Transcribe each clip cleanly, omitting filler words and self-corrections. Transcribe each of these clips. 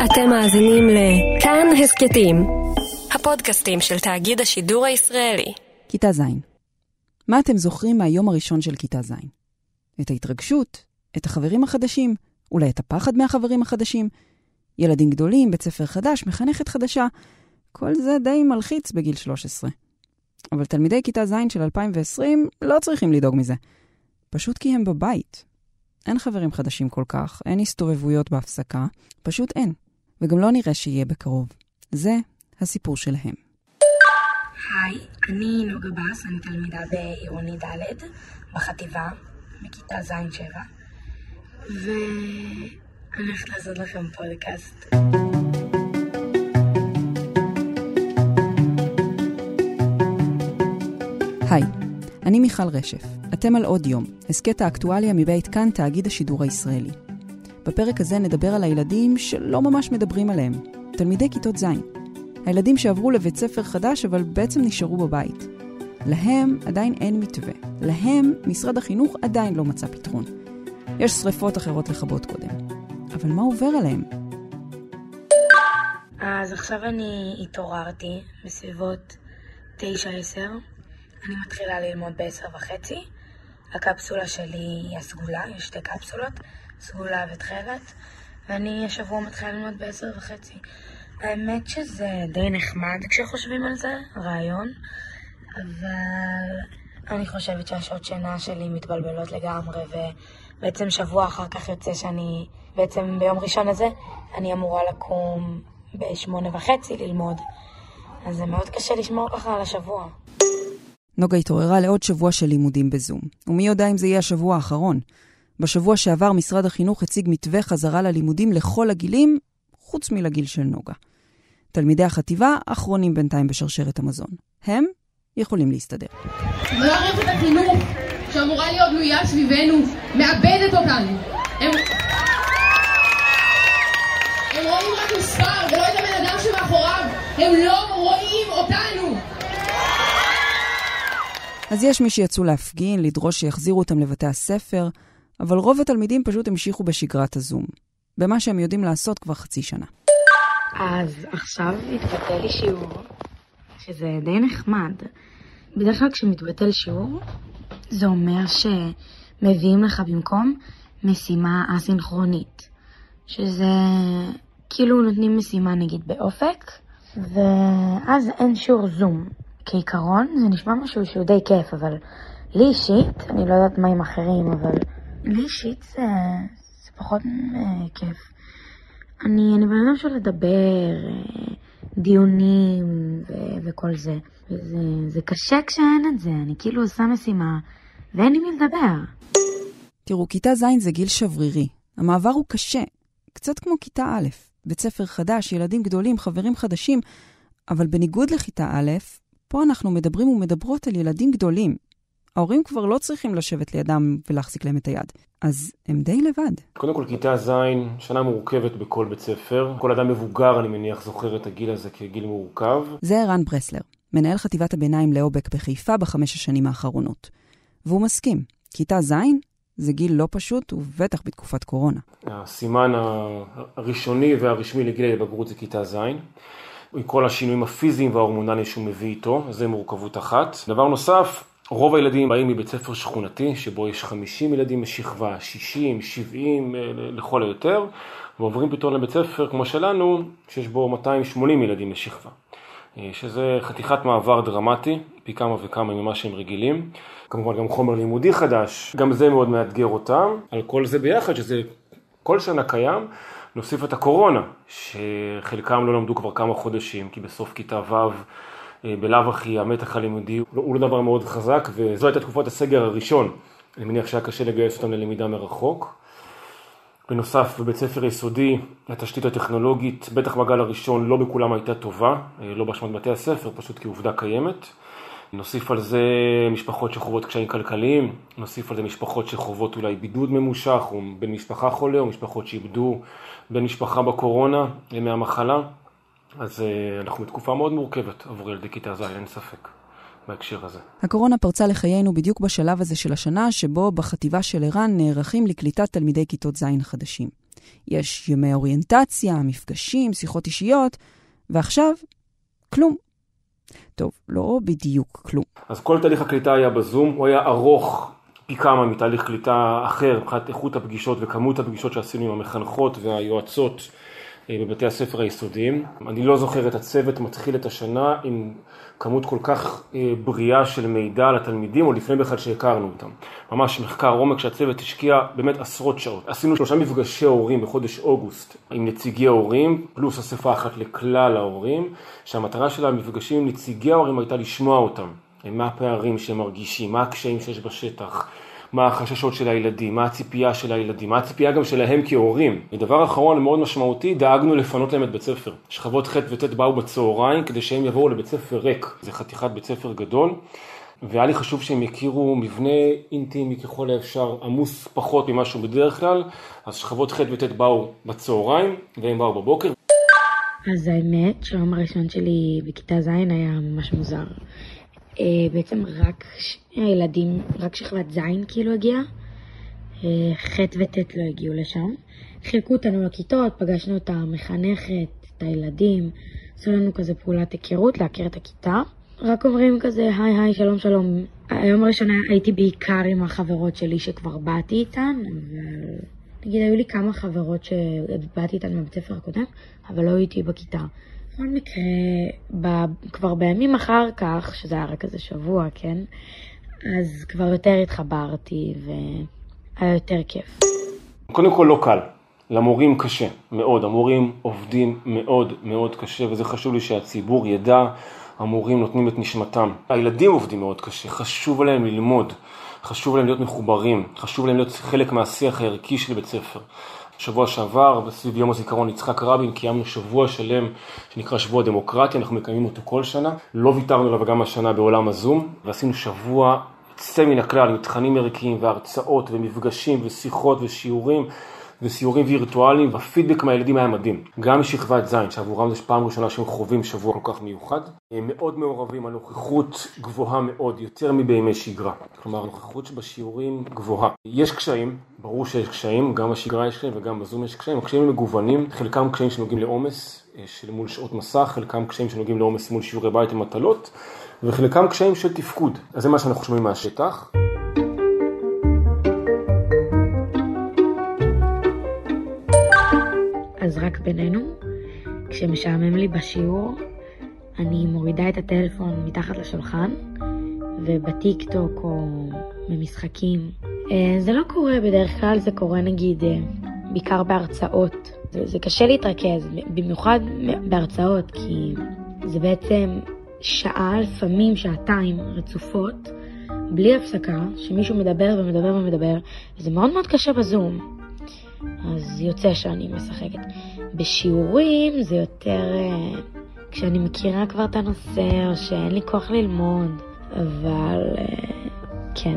אתם מאזינים לכאן הסקטים, הפודקאסטים של תאגיד השידור הישראלי. כיתה ז'. מה אתם זוכרים מהיום הראשון של כיתה ז'? את ההתרגשות, את החברים החדשים, אולי את הפחד מהחברים החדשים, ילדים גדולים, בית ספר חדש, מחנכת חדשה, כל זה די מלחיץ בגיל 13. אבל תלמידי כיתה ז' של 2020 לא צריכים לדאוג מזה. פשוט כי הם בבית. אין חברים חדשים כל כך, אין הסתובבויות בהפסקה, פשוט אין. וגם לא נראה שיהיה בקרוב. זה הסיפור שלהם. היי, אני נוגה בס, אני תלמידה בעירוני ד' בחטיבה, בכיתה ז' 7, ואני הולכת לעשות לכם פודקאסט. היי, אני מיכל רשף. אתם על עוד יום, הסקט האקטואליה מבית כאן תאגיד השידור הישראלי. בפרק הזה נדבר על הילדים שלא ממש מדברים עליהם, תלמידי כיתות ז'. הילדים שעברו לבית ספר חדש אבל בעצם נשארו בבית. להם עדיין אין מתווה. להם משרד החינוך עדיין לא מצא פתרון. יש שריפות אחרות לכבות קודם. אבל מה עובר עליהם? אז עכשיו אני התעוררתי בסביבות 9-10. אני מתחילה ללמוד ב10:30. הקפסולה שלי היא הסגולה, יש 2 קפסולות, סגולה ותכלת, ואני השבוע מתחילה ללמוד ב10:30. האמת שזה די נחמד כשחושבים על זה, רעיון, אבל אני חושבת שהשעות שינה שלי מתבלבלות לגמרי, ובעצם שבוע אחר כך יוצא שאני, בעצם ביום ראשון הזה, אני אמורה לקום ב8:30 ללמוד. אז זה מאוד קשה לשמור ככה על השבוע. נוגה התעוררה לעוד שבוע של לימודים בזום, ומי יודע אם זה יהיה השבוע האחרון. בשבוע שעבר משרד החינוך הציג מתווה חזרה ללימודים לכל הגילים, חוץ מלגיל של נוגה. תלמידי החטיבה אחרונים בינתיים בשרשרת המזון. הם יכולים להסתדר. מערכת החינוך שאמורה להיות בנויה סביבנו מאבדת אותנו. הם רואים רק מספר ולא את הבן אדם שמאחוריו. הם לא רואים אותנו. אז יש מי שיצאו להפגין, לדרוש שיחזירו אותם לבתי הספר, אבל רוב התלמידים פשוט המשיכו בשגרת הזום, במה שהם יודעים לעשות כבר חצי שנה. אז עכשיו מתבטל לי שיעור, שזה די נחמד. בדרך כלל כשמתבטל שיעור, זה אומר שמביאים לך במקום משימה אסינכרונית, שזה כאילו נותנים משימה נגיד באופק, ואז אין שיעור זום. כעיקרון זה נשמע משהו שהוא די כיף, אבל לי אישית, אני לא יודעת מה עם אחרים, אבל לי אישית זה פחות כיף. אני בן אדם של לדבר, דיונים וכל זה. זה קשה כשאין את זה, אני כאילו עושה משימה ואין לי מי לדבר. תראו, כיתה ז' זה גיל שברירי. המעבר הוא קשה, קצת כמו כיתה א', בית ספר חדש, ילדים גדולים, חברים חדשים, אבל בניגוד לכיתה א', פה אנחנו מדברים ומדברות על ילדים גדולים. ההורים כבר לא צריכים לשבת לידם ולהחזיק להם את היד. אז הם די לבד. קודם כל, כיתה ז', שנה מורכבת בכל בית ספר. כל אדם מבוגר, אני מניח, זוכר את הגיל הזה כגיל מורכב. זה ערן ברסלר, מנהל חטיבת הביניים לאובק בחיפה ב5 השנים האחרונות. והוא מסכים, כיתה ז' זה גיל לא פשוט, ובטח בתקופת קורונה. הסימן הראשוני והרשמי לגיל הבגרות זה כיתה ז'. עם כל השינויים הפיזיים וההורמונליים שהוא מביא איתו, זה מורכבות אחת. דבר נוסף, רוב הילדים באים מבית ספר שכונתי, שבו יש 50 ילדים בשכבה, 60, 70 לכל היותר, ועוברים פתאום לבית ספר כמו שלנו, שיש בו 280 ילדים לשכבה. שזה חתיכת מעבר דרמטי, פי כמה וכמה ממה שהם רגילים. כמובן גם חומר לימודי חדש, גם זה מאוד מאתגר אותם. על כל זה ביחד, שזה כל שנה קיים, נוסיף את הקורונה, שחלקם לא למדו כבר כמה חודשים, כי בסוף כיתה ו' בלאו הכי המתח הלימודי הוא לא דבר מאוד חזק, וזו הייתה תקופת הסגר הראשון. אני מניח שהיה קשה לגייס אותם ללמידה מרחוק. בנוסף, בבית ספר יסודי, התשתית הטכנולוגית, בטח בגל הראשון, לא בכולם הייתה טובה, לא באשמת בתי הספר, פשוט כעובדה קיימת. נוסיף על זה משפחות שחוות קשיים כלכליים, נוסיף על זה משפחות שחוות אולי בידוד ממושך, או בן משפחה חולה, או משפחות שאיבדו בן משפחה בקורונה, מהמחלה. אז אנחנו בתקופה מאוד מורכבת עבור ילדי כיתה ז', אין ספק בהקשר הזה. הקורונה פרצה לחיינו בדיוק בשלב הזה של השנה, שבו בחטיבה של ערן נערכים לקליטת תלמידי כיתות ז' חדשים. יש ימי אוריינטציה, מפגשים, שיחות אישיות, ועכשיו, כלום. טוב, לא בדיוק כלום. אז כל תהליך הקליטה היה בזום, הוא היה ארוך פי כמה מתהליך קליטה אחר, מבחינת איכות הפגישות וכמות הפגישות שעשינו עם המחנכות והיועצות בבתי הספר היסודיים. אני לא זוכר את הצוות מתחיל את השנה עם כמות כל כך בריאה של מידע לתלמידים, או לפני בכלל שהכרנו אותם. ממש מחקר עומק שהצוות השקיע באמת עשרות שעות. עשינו 3 מפגשי הורים בחודש אוגוסט עם נציגי ההורים, פלוס אספה אחת לכלל ההורים, שהמטרה של המפגשים עם נציגי ההורים הייתה לשמוע אותם. מה הפערים שהם מרגישים, מה הקשיים שיש בשטח, מה החששות של הילדים, מה הציפייה של הילדים, מה הציפייה גם שלהם כהורים. ודבר אחרון מאוד משמעותי, דאגנו לפנות להם את בית ספר. שכבות ח' וט' באו בצהריים כדי שהם יבואו לבית ספר ריק. זה חתיכת בית ספר גדול, והיה לי חשוב שהם יכירו מבנה אינטימי ככל האפשר, עמוס פחות ממה שהוא בדרך כלל. אז שכבות ח' וט' באו בצהריים והם באו בבוקר. אז האמת שהיום הראשון שלי בכיתה ז' היה ממש מוזר. בעצם רק הילדים, רק שכבת ז' כאילו הגיע, ח' וט' לא הגיעו לשם. חילקו אותנו לכיתות, פגשנו את המחנכת, את הילדים, עשו לנו כזה פעולת היכרות, להכיר את הכיתה. רק אומרים כזה, היי, שלום, שלום. היום הראשון הייתי בעיקר עם החברות שלי שכבר באתי איתן, אבל נגיד היו לי כמה חברות שבאתי איתן בבית ספר הקודם, אבל לא הייתי בכיתה. בכל מקרה, כבר בימים אחר כך, שזה היה רק איזה שבוע, כן? אז כבר יותר התחברתי והיה יותר כיף. קודם כל לא קל, למורים קשה מאוד, המורים עובדים מאוד מאוד קשה, וזה חשוב לי שהציבור ידע, המורים נותנים את נשמתם. הילדים עובדים מאוד קשה, חשוב להם ללמוד, חשוב להם להיות מחוברים, חשוב להם להיות חלק מהשיח הערכי של בית ספר. שבוע שעבר, בסביב יום הזיכרון יצחק רבין, קיימנו שבוע שלם שנקרא שבוע דמוקרטיה, אנחנו מקיימים אותו כל שנה. לא ויתרנו עליו גם השנה בעולם הזום, ועשינו שבוע יוצא מן הכלל עם תכנים ערכיים והרצאות ומפגשים ושיחות ושיעורים וסיורים וירטואליים, והפידבק מהילדים היה מדהים. גם משכבת ז' שעבורם זה פעם ראשונה שהם חווים שבוע כל כך מיוחד. הם מאוד מעורבים, הנוכחות גבוהה מאוד, יותר מבימי שגרה. כלומר, הנוכחות שבשיעורים גבוהה. יש קשיים, ברור שיש קשיים, גם בשגרה יש קשיים וגם בזום יש קשיים. הקשיים הם מגוונים, חלקם קשיים שנוגעים לעומס של מול שעות מסך, חלקם קשיים שנוגעים לעומס מול שיעורי בית ומטלות, וחלקם קשיים של תפקוד. אז זה מה שאנחנו שומעים מהשטח. אז רק בינינו, כשמשעמם לי בשיעור, אני מורידה את הטלפון מתחת לשולחן, ובטיק-טוק או במשחקים. זה לא קורה בדרך כלל, זה קורה נגיד בעיקר בהרצאות. זה קשה להתרכז, במיוחד בהרצאות, כי זה בעצם שעה, לפעמים שעתיים רצופות, בלי הפסקה, שמישהו מדבר ומדבר ומדבר, וזה מאוד מאוד קשה בזום. אז יוצא שאני משחקת. בשיעורים זה יותר כשאני מכירה כבר את הנושא, או שאין לי כוח ללמוד, אבל כן.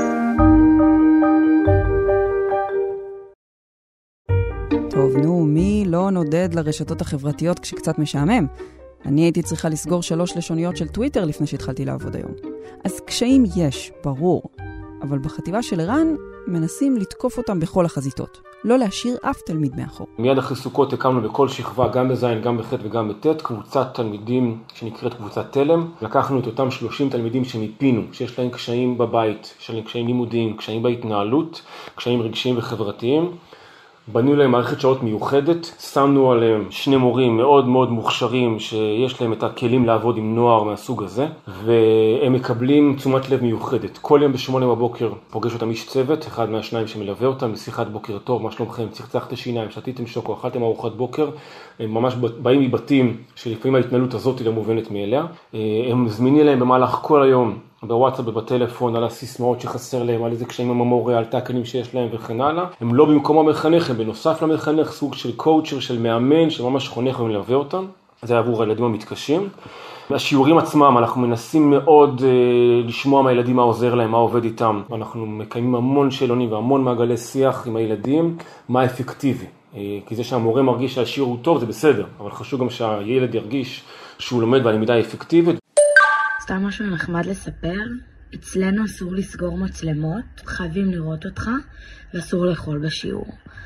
טוב, נו, מי לא נודד לרשתות החברתיות כשקצת משעמם? אני הייתי צריכה לסגור 3 לשוניות של טוויטר לפני שהתחלתי לעבוד היום. אז קשיים יש, ברור. אבל בחטיבה של ערן מנסים לתקוף אותם בכל החזיתות. לא להשאיר אף תלמיד מאחור. מיד אחרי סוכות הקמנו בכל שכבה, גם בזין, גם בח' וגם בט', קבוצת תלמידים שנקראת קבוצת תלם. לקחנו את אותם 30 תלמידים שמיפינו, שיש להם קשיים בבית, שיש להם קשיים לימודיים, קשיים בהתנהלות, קשיים רגשיים וחברתיים. בנו להם מערכת שעות מיוחדת, שמנו עליהם 2 מורים מאוד מאוד מוכשרים שיש להם את הכלים לעבוד עם נוער מהסוג הזה, והם מקבלים תשומת לב מיוחדת. כל יום ב8 בבוקר פוגש אותם איש צוות, אחד מהשניים שמלווה אותם, בשיחת בוקר טוב, מה שלומכם, צחצחת שיניים, שתיתם שוקו, אכלתם ארוחת בוקר, הם ממש באים מבתים שלפעמים ההתנהלות הזאת היא לא מובנת מאליה. הם מזמינים להם במהלך כל היום, בוואטסאפ ובטלפון, על הסיסמאות שחסר להם, על איזה קשיים עם המורה, על תקנים שיש להם וכן הלאה. הם לא במקום המחנך, הם בנוסף למחנך, סוג של קואוצ'ר, של מאמן, שממש חונך ומלווה אותם. זה עבור הילדים המתקשים. השיעורים עצמם, אנחנו מנסים מאוד לשמוע מהילדים מה עוזר להם, מה עובד איתם. אנחנו מקיימים המון שאלונים והמון מעגלי שיח עם הילדים, מה אפקטיבי. כי זה שהמורה מרגיש שהשיעור הוא טוב, זה בסדר, אבל חשוב גם שהילד ירגיש שהוא לומד והלמידה היא אפקטיבית. סתם משהו נחמד לספר, אצלנו אסור לסגור מצלמות, חייבים לראות אותך, ואסור לאכול בשיעור.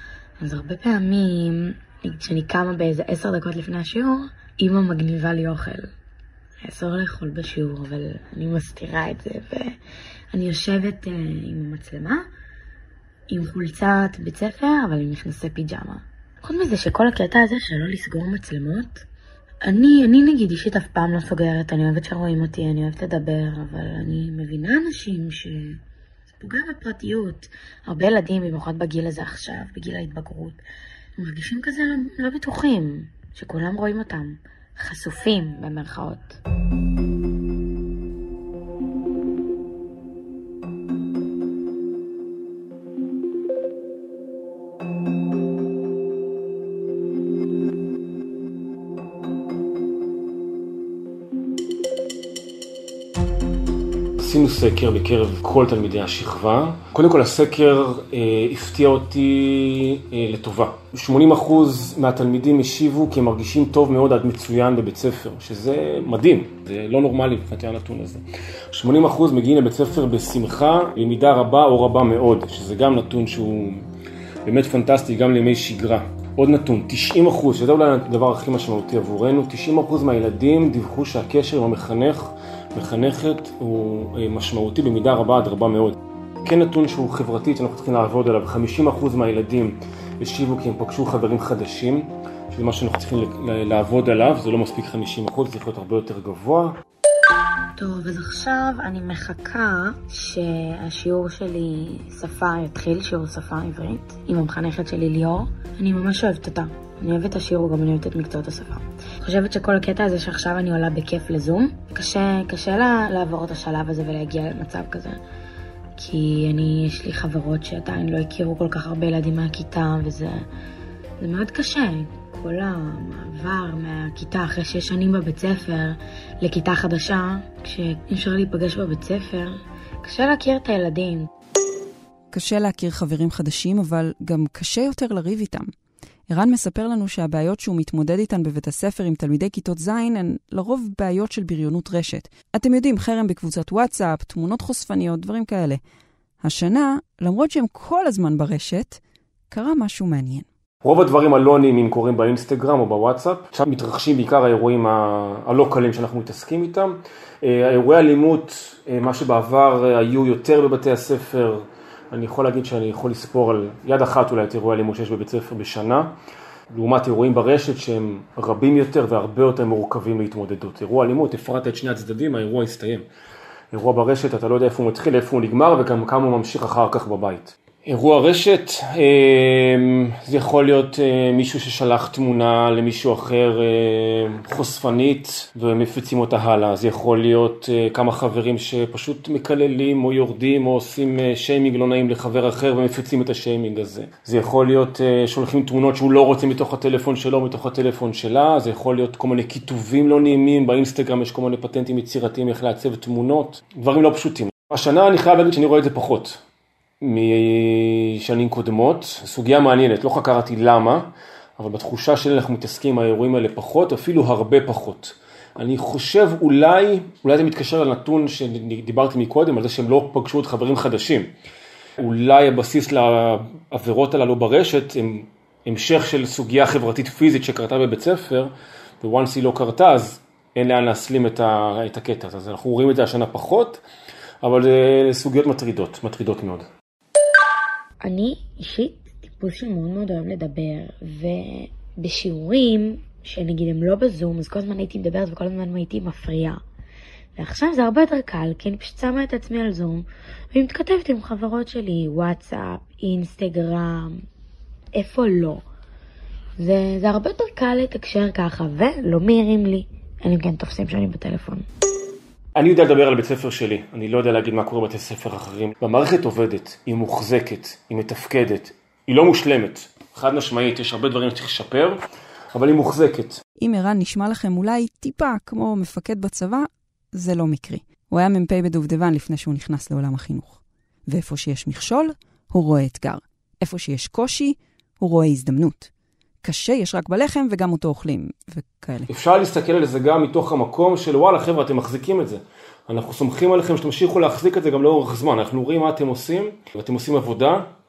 אז הרבה פעמים, כשאני קמה באיזה 10 דקות לפני השיעור, אמא מגניבה לי אוכל. אסור לאכול בשיעור, אבל אני מסתירה את זה, ואני יושבת עם המצלמה, עם חולצת בית ספר, אבל עם מכנסי פיג'מה. חוץ מזה שכל הקטע הזה שלא לסגור מצלמות, אני נגיד אישית אף פעם לא סוגרת, אני אוהבת שרואים אותי, אני אוהבת לדבר, אבל אני מבינה אנשים שזה פוגע בפרטיות. הרבה ילדים, במיוחד בגיל הזה עכשיו, בגיל ההתבגרות, מרגישים כזה לא בטוחים, שכולם רואים אותם, חשופים במרכאות. עשינו סקר בקרב כל תלמידי השכבה. קודם כל הסקר הפתיע אותי לטובה. 80% מהתלמידים השיבו כי הם מרגישים טוב מאוד עד מצוין בבית ספר, שזה מדהים, זה לא נורמלי מבחינת הנתון הזה. 80% מגיעים לבית ספר בשמחה, במידה רבה או רבה מאוד, שזה גם נתון שהוא באמת פנטסטי, גם לימי שגרה. עוד נתון, 90%, שזה אולי הדבר הכי משמעותי עבורנו, 90% מהילדים דיווחו שהקשר עם מחנכת הוא משמעותי במידה רבה עד רבה מאוד. כן נתון שהוא חברתי, שאנחנו צריכים לעבוד עליו, 50% מהילדים השיבו כי הם פגשו חברים חדשים, שזה מה שאנחנו צריכים לעבוד עליו, זה לא מספיק 50%, זה יכול להיות הרבה יותר גבוה. טוב, אז עכשיו אני מחכה שהשיעור שלי שפה יתחיל, שיעור שפה עברית, עם המחנכת שלי ליאור. אני ממש אוהבת אותה. אני אוהבת את השיעור, גם אני אוהבת את מקצועות השפה. אני חושבת שכל הקטע הזה שעכשיו אני עולה בכיף לזום, קשה לעבור את השלב הזה ולהגיע למצב כזה. כי יש לי חברות שעדיין לא הכירו כל כך הרבה ילדים מהכיתה, וזה מאוד קשה. כל המעבר מהכיתה אחרי 6 שנים בבית ספר לכיתה חדשה, כשאפשר להיפגש בבית ספר, קשה להכיר את הילדים. קשה להכיר חברים חדשים, אבל גם קשה יותר לריב איתם. ערן מספר לנו שהבעיות שהוא מתמודד איתן בבית הספר עם תלמידי כיתות זין הן לרוב בעיות של בריונות רשת. אתם יודעים, חרם בקבוצת וואטסאפ, תמונות חושפניות, דברים כאלה. השנה, למרות שהם כל הזמן ברשת, קרה משהו מעניין. רוב הדברים הלא נעימים קורים באינסטגרם או בוואטסאפ, שם מתרחשים בעיקר האירועים הלא קלים שאנחנו מתעסקים איתם. האירועי אלימות, מה שבעבר היו יותר בבתי הספר, אני יכול להגיד שאני יכול לספור על יד אחת אולי את אירועי אלימות שיש בבית ספר בשנה, לעומת אירועים ברשת שהם רבים יותר והרבה יותר מורכבים להתמודדות. אירוע אלימות, הפרעת את שני הצדדים, האירוע הסתיים. אירוע ברשת, אתה לא יודע איפה הוא מתחיל, איפה הוא נגמר וגם כמה הוא ממשיך אחר כך בבית. אירוע רשת, זה יכול להיות מישהו ששלח תמונה למישהו אחר חושפנית ומפיצים אותה הלאה. זה יכול להיות כמה חברים שפשוט מקללים או יורדים או עושים שיימינג לא נעים לחבר אחר ומפיצים את השיימינג הזה. זה יכול להיות שולחים תמונות שהוא לא רוצה מתוך הטלפון שלו, מתוך הטלפון שלה. זה יכול להיות כל מיני כיתובים לא נעימים, באינסטגרם יש כל מיני פטנטים יצירתיים איך לעצב תמונות, דברים לא פשוטים. השנה אני חייב להגיד שאני רואה את זה פחות משנים קודמות. סוגיה מעניינת, לא חקרתי למה, אבל בתחושה שלי אנחנו מתעסקים עם האירועים האלה פחות, אפילו הרבה פחות. אני חושב אולי זה מתקשר לנתון שדיברתי מקודם, על זה שהם לא פגשו עוד חברים חדשים. אולי הבסיס לעבירות הללו ברשת הם המשך של סוגיה חברתית פיזית שקרתה בבית ספר, וואנס היא לא קרתה, אז אין לאן להסלים את הקטע. אז אנחנו רואים את זה השנה פחות, אבל זה סוגיות מטרידות מאוד. אני אישית טיפוס שמאוד מאוד אוהב לדבר, ובשיעורים שנגיד הם לא בזום, אז כל הזמן הייתי מדברת וכל הזמן הייתי מפריעה. ועכשיו זה הרבה יותר קל, כי אני פשוט שמה את עצמי על זום, ואני מתכתבת עם חברות שלי, וואטסאפ, אינסטגרם, איפה לא. זה הרבה יותר קל להתקשר ככה, ולא מהירים לי, אלא אם כן תופסים שאני בטלפון. אני יודע לדבר על בית ספר שלי, אני לא יודע להגיד מה קורה בבתי ספר אחרים. במערכת עובדת, היא מוחזקת, היא מתפקדת, היא לא מושלמת. חד משמעית, יש הרבה דברים שצריך לשפר, אבל היא מוחזקת. אם ערן נשמע לכם אולי טיפה כמו מפקד בצבא, זה לא מקרי. הוא היה מ"פ בדובדבן לפני שהוא נכנס לעולם החינוך. ואיפה שיש מכשול, הוא רואה אתגר. איפה שיש קושי, הוא רואה הזדמנות. קשה יש רק בלחם וגם אותו אוכלים וכאלה. אפשר להסתכל על זה גם מתוך המקום של וואלה חבר'ה אתם מחזיקים את זה. אנחנו סומכים עליכם שתמשיכו להחזיק את זה גם לאורך זמן. אנחנו רואים מה אתם עושים ואתם עושים עבודה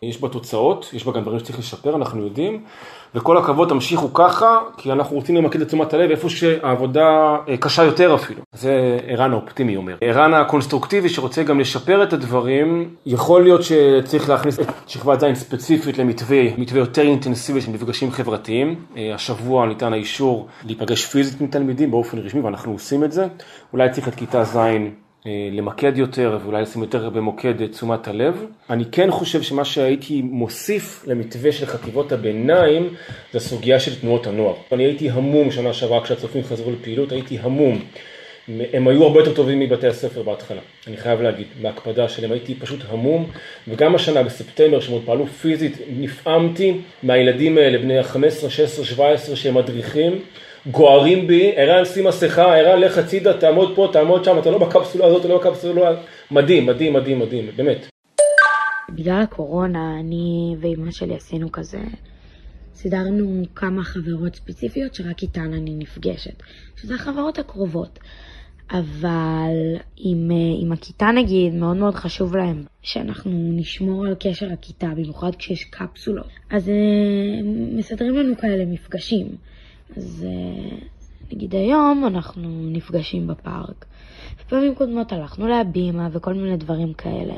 יש בה תוצאות, יש בה גם דברים שצריך לשפר, אנחנו יודעים, וכל הכבוד תמשיכו ככה, כי אנחנו רוצים למקד את תשומת הלב איפה שהעבודה קשה יותר אפילו. זה ערן האופטימי אומר. ערן הקונסטרוקטיבי שרוצה גם לשפר את הדברים, יכול להיות שצריך להכניס את שכבת זין ספציפית למתווה יותר אינטנסיבי של מפגשים חברתיים. השבוע ניתן האישור להיפגש פיזית עם תלמידים באופן רשמי, ואנחנו עושים את זה. אולי צריך את כיתה זין למקד יותר ואולי לשים יותר במוקד תשומת הלב. אני כן חושב שמה שהייתי מוסיף למתווה של חטיבות הביניים זה הסוגיה של תנועות הנוער. אני הייתי המום שנה שעברה כשהצופים חזרו לפעילות, הייתי המום. הם היו הרבה יותר טובים מבתי הספר בהתחלה, אני חייב להגיד, בהקפדה שלהם הייתי פשוט המום, וגם השנה בספטמבר שהם עוד פעלו פיזית, נפעמתי מהילדים האלה, בני 15, 16, 17 שהם מדריכים, גוערים בי, ערן שים מסכה, ערן לך הצידה, תעמוד פה, תעמוד שם, אתה לא בקפסולה הזאת, אתה לא בקפסולה, מדהים, מדהים, מדהים, מדהים, באמת. בגלל הקורונה, אני ואמא שלי עשינו כזה, סידרנו כמה חברות ספציפיות שרק איתן אני נפגשת, שזה החברות הקרובות. אבל עם הכיתה נגיד, מאוד מאוד חשוב להם שאנחנו נשמור על קשר הכיתה, במיוחד כשיש קפסולות. אז מסדרים לנו כאלה מפגשים. אז נגיד היום אנחנו נפגשים בפארק. פעמים קודמות הלכנו להבימה וכל מיני דברים כאלה.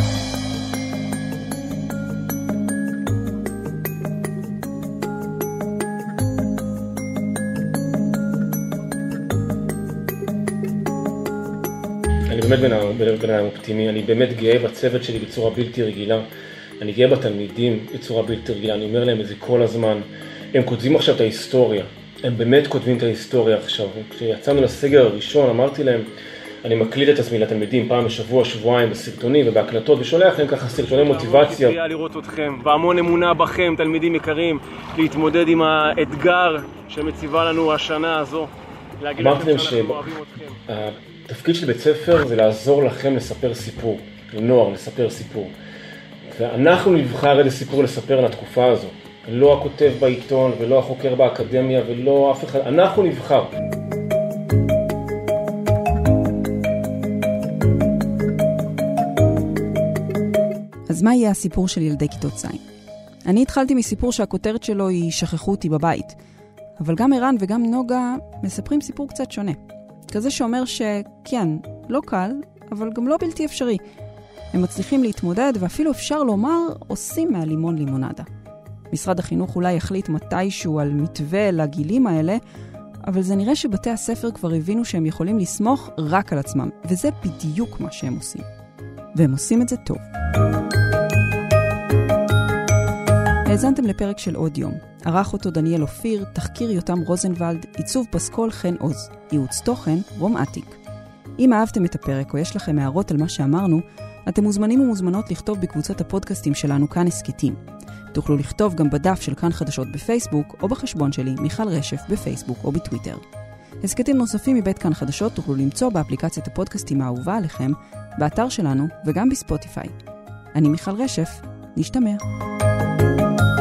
אני באמת בן אדם אופטימי, אני באמת גאה בצוות שלי בצורה בלתי רגילה. אני גאה בתלמידים בצורה בלתי רגילה, אני אומר להם את זה כל הזמן. הם כותבים עכשיו את ההיסטוריה, הם באמת כותבים את ההיסטוריה עכשיו. כשיצאנו לסגר הראשון אמרתי להם, אני מקליט את עצמי לתלמידים פעם בשבוע, שבועיים בסרטונים ובהקלטות, ושולח להם ככה סרטוני מוטיבציה. אני לראות אתכם, והמון אמונה בכם, תלמידים יקרים, להתמודד עם האתגר שמציבה לנו השנה הזו. אמרתי להם שהתפקיד של בית ספר זה לעזור לכם לספר סיפור, לנוער לספר סיפור. ואנחנו נבחר איזה סיפור לספר על התקופה הזו. לא הכותב בעיתון ולא החוקר באקדמיה ולא אף אחד, אנחנו נבחר. אז מה יהיה הסיפור של ילדי כיתות ז'? אני התחלתי מסיפור שהכותרת שלו היא שכחו אותי בבית. אבל גם ערן וגם נוגה מספרים סיפור קצת שונה. כזה שאומר שכן, לא קל, אבל גם לא בלתי אפשרי. הם מצליחים להתמודד ואפילו אפשר לומר עושים מהלימון לימונדה. משרד החינוך אולי יחליט מתישהו על מתווה לגילים האלה, אבל זה נראה שבתי הספר כבר הבינו שהם יכולים לסמוך רק על עצמם, וזה בדיוק מה שהם עושים. והם עושים את זה טוב. האזנתם לפרק של עוד יום. ערך אותו דניאל אופיר, תחקיר יותם רוזנבלד, עיצוב פסקול חן עוז, ייעוץ תוכן רום עתיק. אם אהבתם את הפרק או יש לכם הערות על מה שאמרנו, אתם מוזמנים ומוזמנות לכתוב בקבוצת הפודקאסטים שלנו כאן הסקטים. תוכלו לכתוב גם בדף של כאן חדשות בפייסבוק או בחשבון שלי מיכל רשף בפייסבוק או בטוויטר. הסקטים נוספים מבית כאן חדשות תוכלו למצוא באפליקציית הפודקאסטים האהובה עליכם, באתר שלנו וגם בספוטיפיי. אני מיכל רשף, נשתמע.